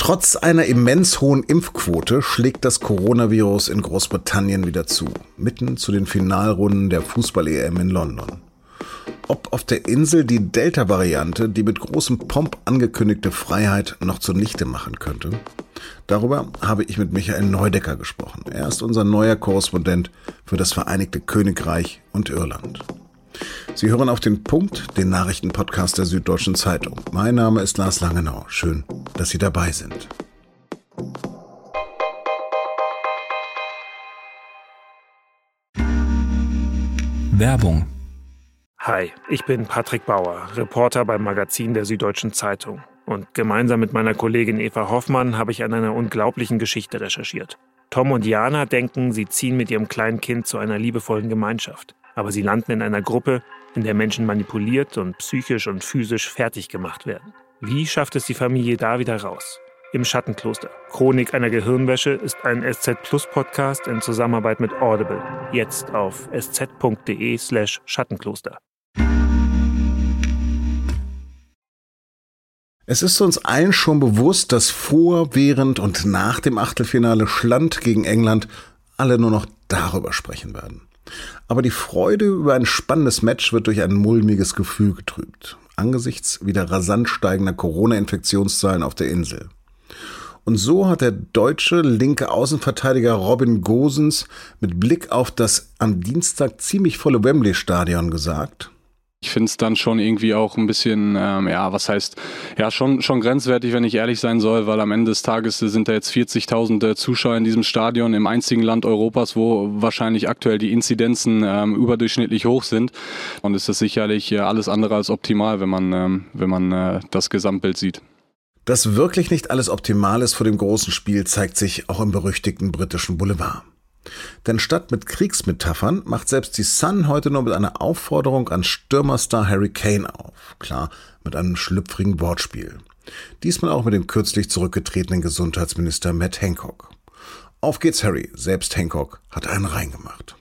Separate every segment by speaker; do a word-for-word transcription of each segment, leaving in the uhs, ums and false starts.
Speaker 1: Trotz einer immens hohen Impfquote schlägt das Coronavirus in Großbritannien wieder zu, mitten zu den Finalrunden der Fußball-E M in London. Ob auf der Insel die Delta-Variante die mit großem Pomp angekündigte Freiheit noch zunichte machen könnte? Darüber habe ich mit Michael Neudecker gesprochen. Er ist unser neuer Korrespondent für das Vereinigte Königreich und Irland. Sie hören auf den Punkt, den Nachrichtenpodcast der Süddeutschen Zeitung. Mein Name ist Lars Langenau. Schön, dass Sie dabei sind.
Speaker 2: Werbung.
Speaker 3: Hi, ich bin Patrick Bauer, Reporter beim Magazin der Süddeutschen Zeitung. Und gemeinsam mit meiner Kollegin Eva Hoffmann habe ich an einer unglaublichen Geschichte recherchiert. Tom und Jana denken, sie ziehen mit ihrem kleinen Kind zu einer liebevollen Gemeinschaft. Aber sie landen in einer Gruppe, in der Menschen manipuliert und psychisch und physisch fertig gemacht werden. Wie schafft es die Familie da wieder raus? Im Schattenkloster. Chronik einer Gehirnwäsche ist ein S Z Plus Podcast in Zusammenarbeit mit Audible. Jetzt auf sz.de slash Schattenkloster.
Speaker 1: Es ist uns allen schon bewusst, dass vor, während und nach dem Achtelfinale Schland gegen England alle nur noch darüber sprechen werden. Aber die Freude über ein spannendes Match wird durch ein mulmiges Gefühl getrübt, angesichts wieder rasant steigender Corona-Infektionszahlen auf der Insel. Und so hat der deutsche linke Außenverteidiger Robin Gosens mit Blick auf das am Dienstag ziemlich volle Wembley-Stadion gesagt:
Speaker 4: Ich finde es dann schon irgendwie auch ein bisschen, ähm, ja, was heißt, ja, schon schon grenzwertig, wenn ich ehrlich sein soll, weil am Ende des Tages sind da jetzt vierzigtausend äh, Zuschauer in diesem Stadion, im einzigen Land Europas, wo wahrscheinlich aktuell die Inzidenzen ähm, überdurchschnittlich hoch sind. Und ist das sicherlich äh, alles andere als optimal, wenn man, ähm, wenn man äh, das Gesamtbild sieht.
Speaker 1: Dass wirklich nicht alles optimal ist vor dem großen Spiel, zeigt sich auch im berüchtigten britischen Boulevard. Denn statt mit Kriegsmetaphern macht selbst die Sun heute nur mit einer Aufforderung an Stürmerstar Harry Kane auf. Klar, mit einem schlüpfrigen Wortspiel. Diesmal auch mit dem kürzlich zurückgetretenen Gesundheitsminister Matt Hancock. Auf geht's, Harry. Selbst Hancock hat einen reingemacht.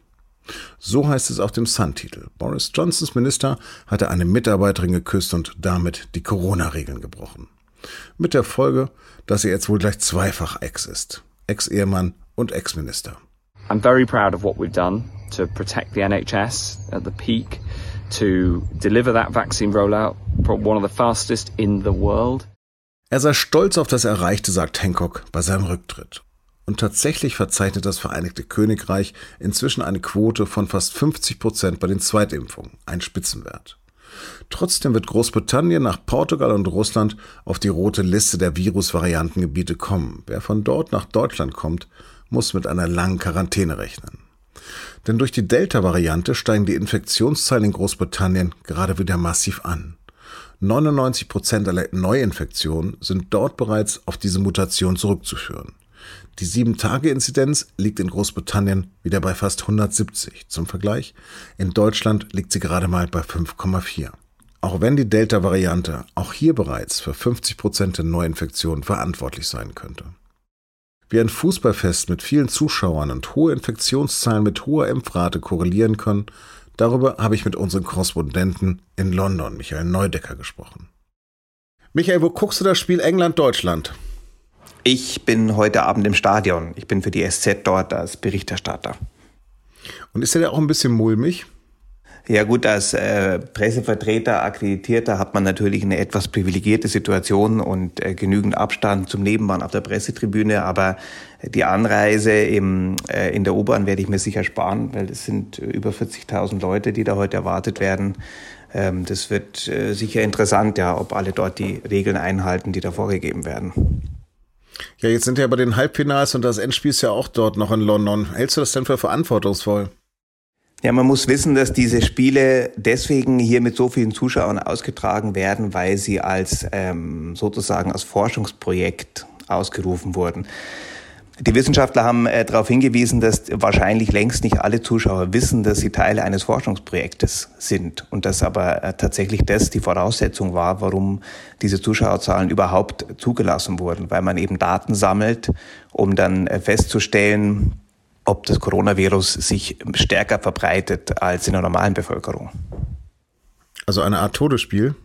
Speaker 1: So heißt es auf dem Sun-Titel. Boris Johnsons Minister hatte eine Mitarbeiterin geküsst und damit die Corona-Regeln gebrochen. Mit der Folge, dass er jetzt wohl gleich zweifach Ex ist. Ex-Ehemann und Ex-Minister.
Speaker 5: I'm very proud of what we've done to protect the N H S at the peak, to deliver that vaccine rollout, one of the fastest in the world.
Speaker 1: Er sei stolz auf das Erreichte, sagt Hancock bei seinem Rücktritt. Und tatsächlich verzeichnet das Vereinigte Königreich inzwischen eine Quote von fast fünfzig Prozent bei den Zweitimpfungen, ein Spitzenwert. Trotzdem wird Großbritannien nach Portugal und Russland auf die rote Liste der Virusvariantengebiete kommen. Wer von dort nach Deutschland kommt, muss mit einer langen Quarantäne rechnen. Denn durch die Delta-Variante steigen die Infektionszahlen in Großbritannien gerade wieder massiv an. neunundneunzig Prozent aller Neuinfektionen sind dort bereits auf diese Mutation zurückzuführen. Die sieben Tage Inzidenz liegt in Großbritannien wieder bei fast hundertsiebzig. Zum Vergleich, in Deutschland liegt sie gerade mal bei fünf Komma vier. Auch wenn die Delta-Variante auch hier bereits für fünfzig Prozent der Neuinfektionen verantwortlich sein könnte. Wie ein Fußballfest mit vielen Zuschauern und hohe Infektionszahlen mit hoher Impfrate korrelieren können, darüber habe ich mit unserem Korrespondenten in London, Michael Neudecker, gesprochen. Michael, wo guckst du das Spiel England-Deutschland?
Speaker 6: Ich bin heute Abend im Stadion. Ich bin für die S Z dort als Berichterstatter.
Speaker 1: Und ist der da auch ein bisschen mulmig?
Speaker 6: Ja gut, als äh, Pressevertreter, Akkreditierter hat man natürlich eine etwas privilegierte Situation und äh, genügend Abstand zum Nebenmann auf der Pressetribüne, aber die Anreise im, äh, in der U-Bahn werde ich mir sicher sparen, weil es sind über vierzigtausend Leute, die da heute erwartet werden. Ähm, das wird äh, sicher interessant, ja, ob alle dort die Regeln einhalten, die da vorgegeben werden.
Speaker 1: Ja, jetzt sind ja bei den Halbfinals und das Endspiel ist ja auch dort noch in London. Hältst du das denn für verantwortungsvoll?
Speaker 6: Ja, man muss wissen, dass diese Spiele deswegen hier mit so vielen Zuschauern ausgetragen werden, weil sie als ähm, sozusagen als Forschungsprojekt ausgerufen wurden. Die Wissenschaftler haben äh, darauf hingewiesen, dass wahrscheinlich längst nicht alle Zuschauer wissen, dass sie Teile eines Forschungsprojektes sind und dass aber äh, tatsächlich das die Voraussetzung war, warum diese Zuschauerzahlen überhaupt zugelassen wurden, weil man eben Daten sammelt, um dann äh, festzustellen, ob das Coronavirus sich stärker verbreitet als in der normalen Bevölkerung.
Speaker 1: Also eine Art Todesspiel?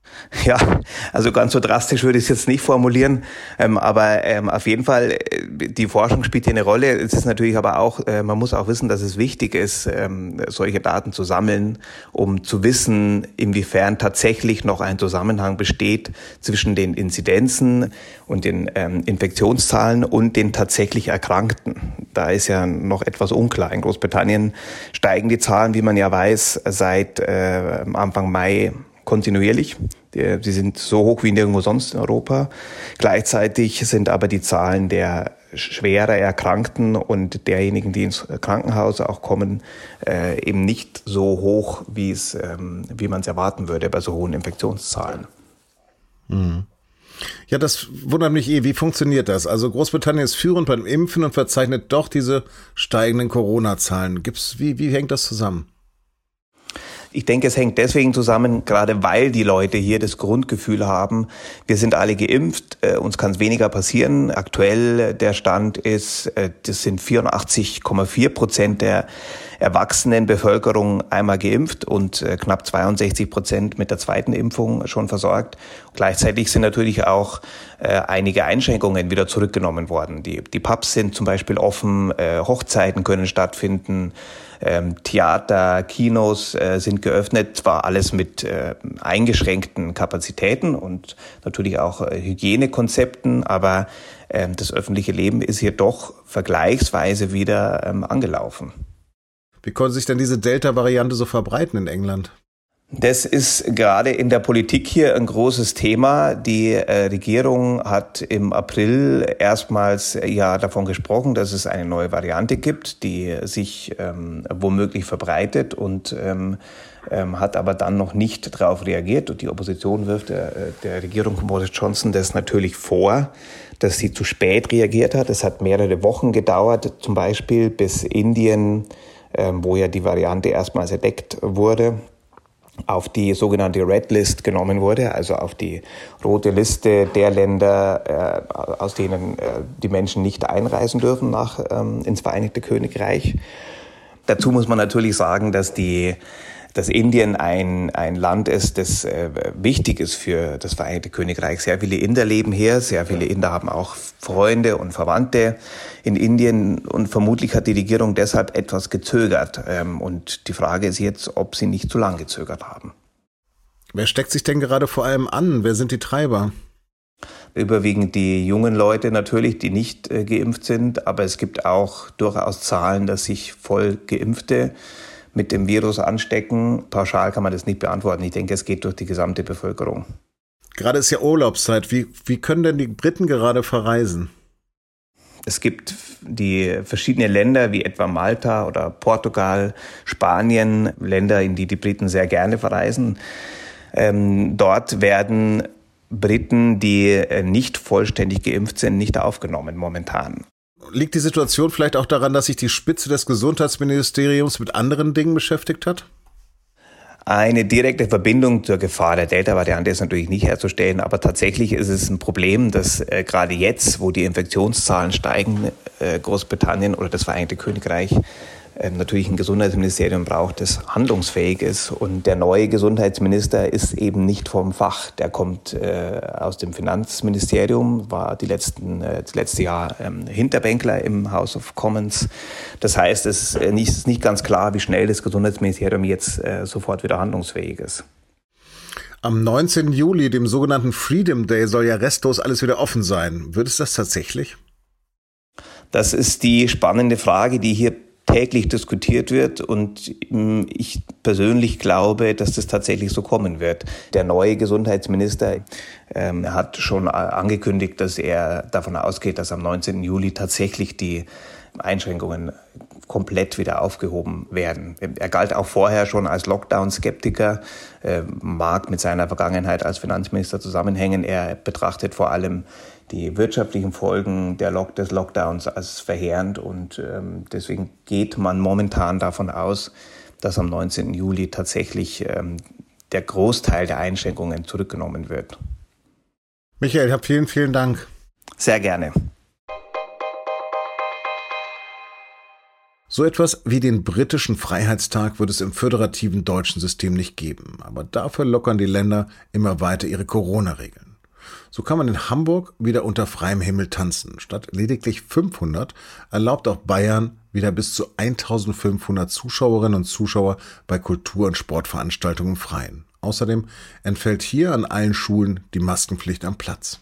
Speaker 6: Ja, also ganz so drastisch würde ich es jetzt nicht formulieren, ähm, aber ähm, auf jeden Fall, die Forschung spielt hier eine Rolle. Es ist natürlich aber auch, äh, man muss auch wissen, dass es wichtig ist, ähm, solche Daten zu sammeln, um zu wissen, inwiefern tatsächlich noch ein Zusammenhang besteht zwischen den Inzidenzen und den ähm, Infektionszahlen und den tatsächlich Erkrankten. Da ist ja noch etwas unklar. In Großbritannien steigen die Zahlen, wie man ja weiß, seit äh, Anfang Mai kontinuierlich. Sie sind so hoch wie nirgendwo sonst in Europa. Gleichzeitig sind aber die Zahlen der schwerer Erkrankten und derjenigen, die ins Krankenhaus auch kommen, äh, eben nicht so hoch, wie es, ähm, wie man es erwarten würde bei so hohen Infektionszahlen.
Speaker 1: Mhm. Ja, das wundert mich eh. Wie funktioniert das? Also Großbritannien ist führend beim Impfen und verzeichnet doch diese steigenden Corona-Zahlen. Gibt's, wie, wie hängt das zusammen?
Speaker 6: Ich denke, es hängt deswegen zusammen, gerade weil die Leute hier das Grundgefühl haben, wir sind alle geimpft, äh, uns kann es weniger passieren. Aktuell der Stand ist, äh, das sind vierundachtzig Komma vier Prozent der erwachsenen Bevölkerung einmal geimpft und äh, knapp zweiundsechzig Prozent mit der zweiten Impfung schon versorgt. Gleichzeitig sind natürlich auch äh, einige Einschränkungen wieder zurückgenommen worden. Die, die Pubs sind zum Beispiel offen, äh, Hochzeiten können stattfinden, ähm, Theater, Kinos äh, sind geöffnet, zwar alles mit äh, eingeschränkten Kapazitäten und natürlich auch äh, Hygienekonzepten, aber äh, das öffentliche Leben ist hier doch vergleichsweise wieder ähm, angelaufen.
Speaker 1: Wie konnte sich denn diese Delta-Variante so verbreiten in England?
Speaker 6: Das ist gerade in der Politik hier ein großes Thema. Die äh, Regierung hat im April erstmals äh, ja davon gesprochen, dass es eine neue Variante gibt, die sich ähm, womöglich verbreitet und ähm, ähm, hat aber dann noch nicht darauf reagiert. Und die Opposition wirft der, der Regierung von Boris Johnson das natürlich vor, dass sie zu spät reagiert hat. Es hat mehrere Wochen gedauert, zum Beispiel bis Indien, ähm, wo ja die Variante erstmals entdeckt wurde, auf die sogenannte Red List genommen wurde, also auf die rote Liste der Länder, äh, aus denen äh, die Menschen nicht einreisen dürfen nach ähm, ins Vereinigte Königreich. Dazu muss man natürlich sagen, dass die dass Indien ein ein Land ist, das äh, wichtig ist für das Vereinigte Königreich. Sehr viele Inder leben hier, sehr viele Inder haben auch Freunde und Verwandte in Indien und vermutlich hat die Regierung deshalb etwas gezögert. Ähm, und die Frage ist jetzt, ob sie nicht zu lang gezögert haben.
Speaker 1: Wer steckt sich denn gerade vor allem an? Wer sind die Treiber?
Speaker 6: Überwiegend die jungen Leute natürlich, die nicht äh, geimpft sind, aber es gibt auch durchaus Zahlen, dass sich voll Geimpfte mit dem Virus anstecken. Pauschal kann man das nicht beantworten. Ich denke, es geht durch die gesamte Bevölkerung.
Speaker 1: Gerade ist ja Urlaubszeit. Wie, wie können denn die Briten gerade verreisen?
Speaker 6: Es gibt die verschiedenen Länder, wie etwa Malta oder Portugal, Spanien, Länder, in die die Briten sehr gerne verreisen. Ähm, dort werden Briten, die nicht vollständig geimpft sind, nicht aufgenommen momentan.
Speaker 1: Liegt die Situation vielleicht auch daran, dass sich die Spitze des Gesundheitsministeriums mit anderen Dingen beschäftigt hat?
Speaker 6: Eine direkte Verbindung zur Gefahr der Delta-Variante ist natürlich nicht herzustellen, aber tatsächlich ist es ein Problem, dass äh, gerade jetzt, wo die Infektionszahlen steigen, äh, Großbritannien oder das Vereinigte Königreich äh, natürlich ein Gesundheitsministerium braucht, das handlungsfähig ist. Und der neue Gesundheitsminister ist eben nicht vom Fach. Der kommt äh, aus dem Finanzministerium, war die letzten, äh, das letzte Jahr ähm, Hinterbänkler im House of Commons. Das heißt, es ist nicht, es ist nicht ganz klar, wie schnell das Gesundheitsministerium jetzt äh, sofort wieder handlungsfähig ist.
Speaker 1: Am neunzehnten Juli, dem sogenannten Freedom Day, soll ja restlos alles wieder offen sein. Wird es das tatsächlich?
Speaker 6: Das ist die spannende Frage, die hier täglich diskutiert wird und ich persönlich glaube, dass das tatsächlich so kommen wird. Der neue Gesundheitsminister ähm, hat schon angekündigt, dass er davon ausgeht, dass am neunzehnten Juli tatsächlich die Einschränkungen komplett wieder aufgehoben werden. Er galt auch vorher schon als Lockdown-Skeptiker, äh, mag mit seiner Vergangenheit als Finanzminister zusammenhängen. Er betrachtet vor allem die wirtschaftlichen Folgen der Lock- des Lockdowns als verheerend und ähm, deswegen geht man momentan davon aus, dass am neunzehnten Juli tatsächlich ähm, der Großteil der Einschränkungen zurückgenommen wird.
Speaker 1: Michael, hab vielen, vielen Dank.
Speaker 6: Sehr gerne.
Speaker 1: So etwas wie den britischen Freiheitstag wird es im föderativen deutschen System nicht geben, aber dafür lockern die Länder immer weiter ihre Corona-Regeln. So kann man in Hamburg wieder unter freiem Himmel tanzen. Statt lediglich fünfhundert erlaubt auch Bayern wieder bis zu eintausendfünfhundert Zuschauerinnen und Zuschauer bei Kultur- und Sportveranstaltungen im Freien. Außerdem entfällt hier an allen Schulen die Maskenpflicht am Platz.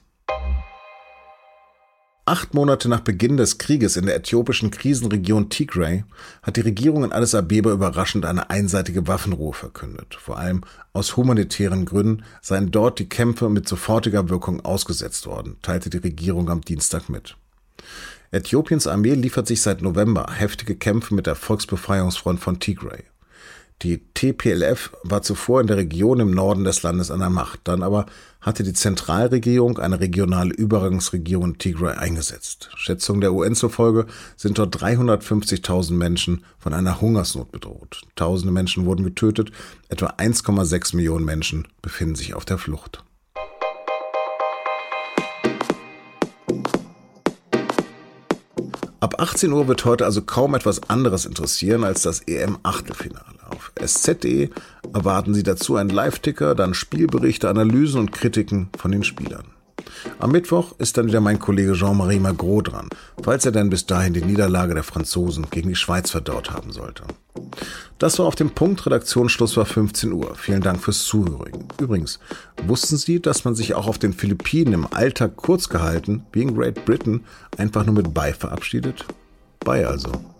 Speaker 1: Acht Monate nach Beginn des Krieges in der äthiopischen Krisenregion Tigray hat die Regierung in Addis Abeba überraschend eine einseitige Waffenruhe verkündet. Vor allem aus humanitären Gründen seien dort die Kämpfe mit sofortiger Wirkung ausgesetzt worden, teilte die Regierung am Dienstag mit. Äthiopiens Armee liefert sich seit November heftige Kämpfe mit der Volksbefreiungsfront von Tigray. Die T P L F war zuvor in der Region im Norden des Landes an der Macht. Dann aber hatte die Zentralregierung eine regionale Übergangsregierung in Tigray eingesetzt. Schätzungen der U N zufolge sind dort dreihundertfünfzigtausend Menschen von einer Hungersnot bedroht. Tausende Menschen wurden getötet, etwa eins Komma sechs Millionen Menschen befinden sich auf der Flucht. Ab achtzehn Uhr wird heute also kaum etwas anderes interessieren als das E M-Achtelfinale. Auf S Z punkt de erwarten Sie dazu einen Live-Ticker, dann Spielberichte, Analysen und Kritiken von den Spielern. Am Mittwoch ist dann wieder mein Kollege Jean-Marie Magro dran, falls er denn bis dahin die Niederlage der Franzosen gegen die Schweiz verdaut haben sollte. Das war auf dem Punkt, Redaktionsschluss war fünfzehn Uhr. Vielen Dank fürs Zuhören. Übrigens, wussten Sie, dass man sich auch auf den Philippinen im Alltag kurz gehalten, wie in Great Britain, einfach nur mit Bye verabschiedet? Bye also.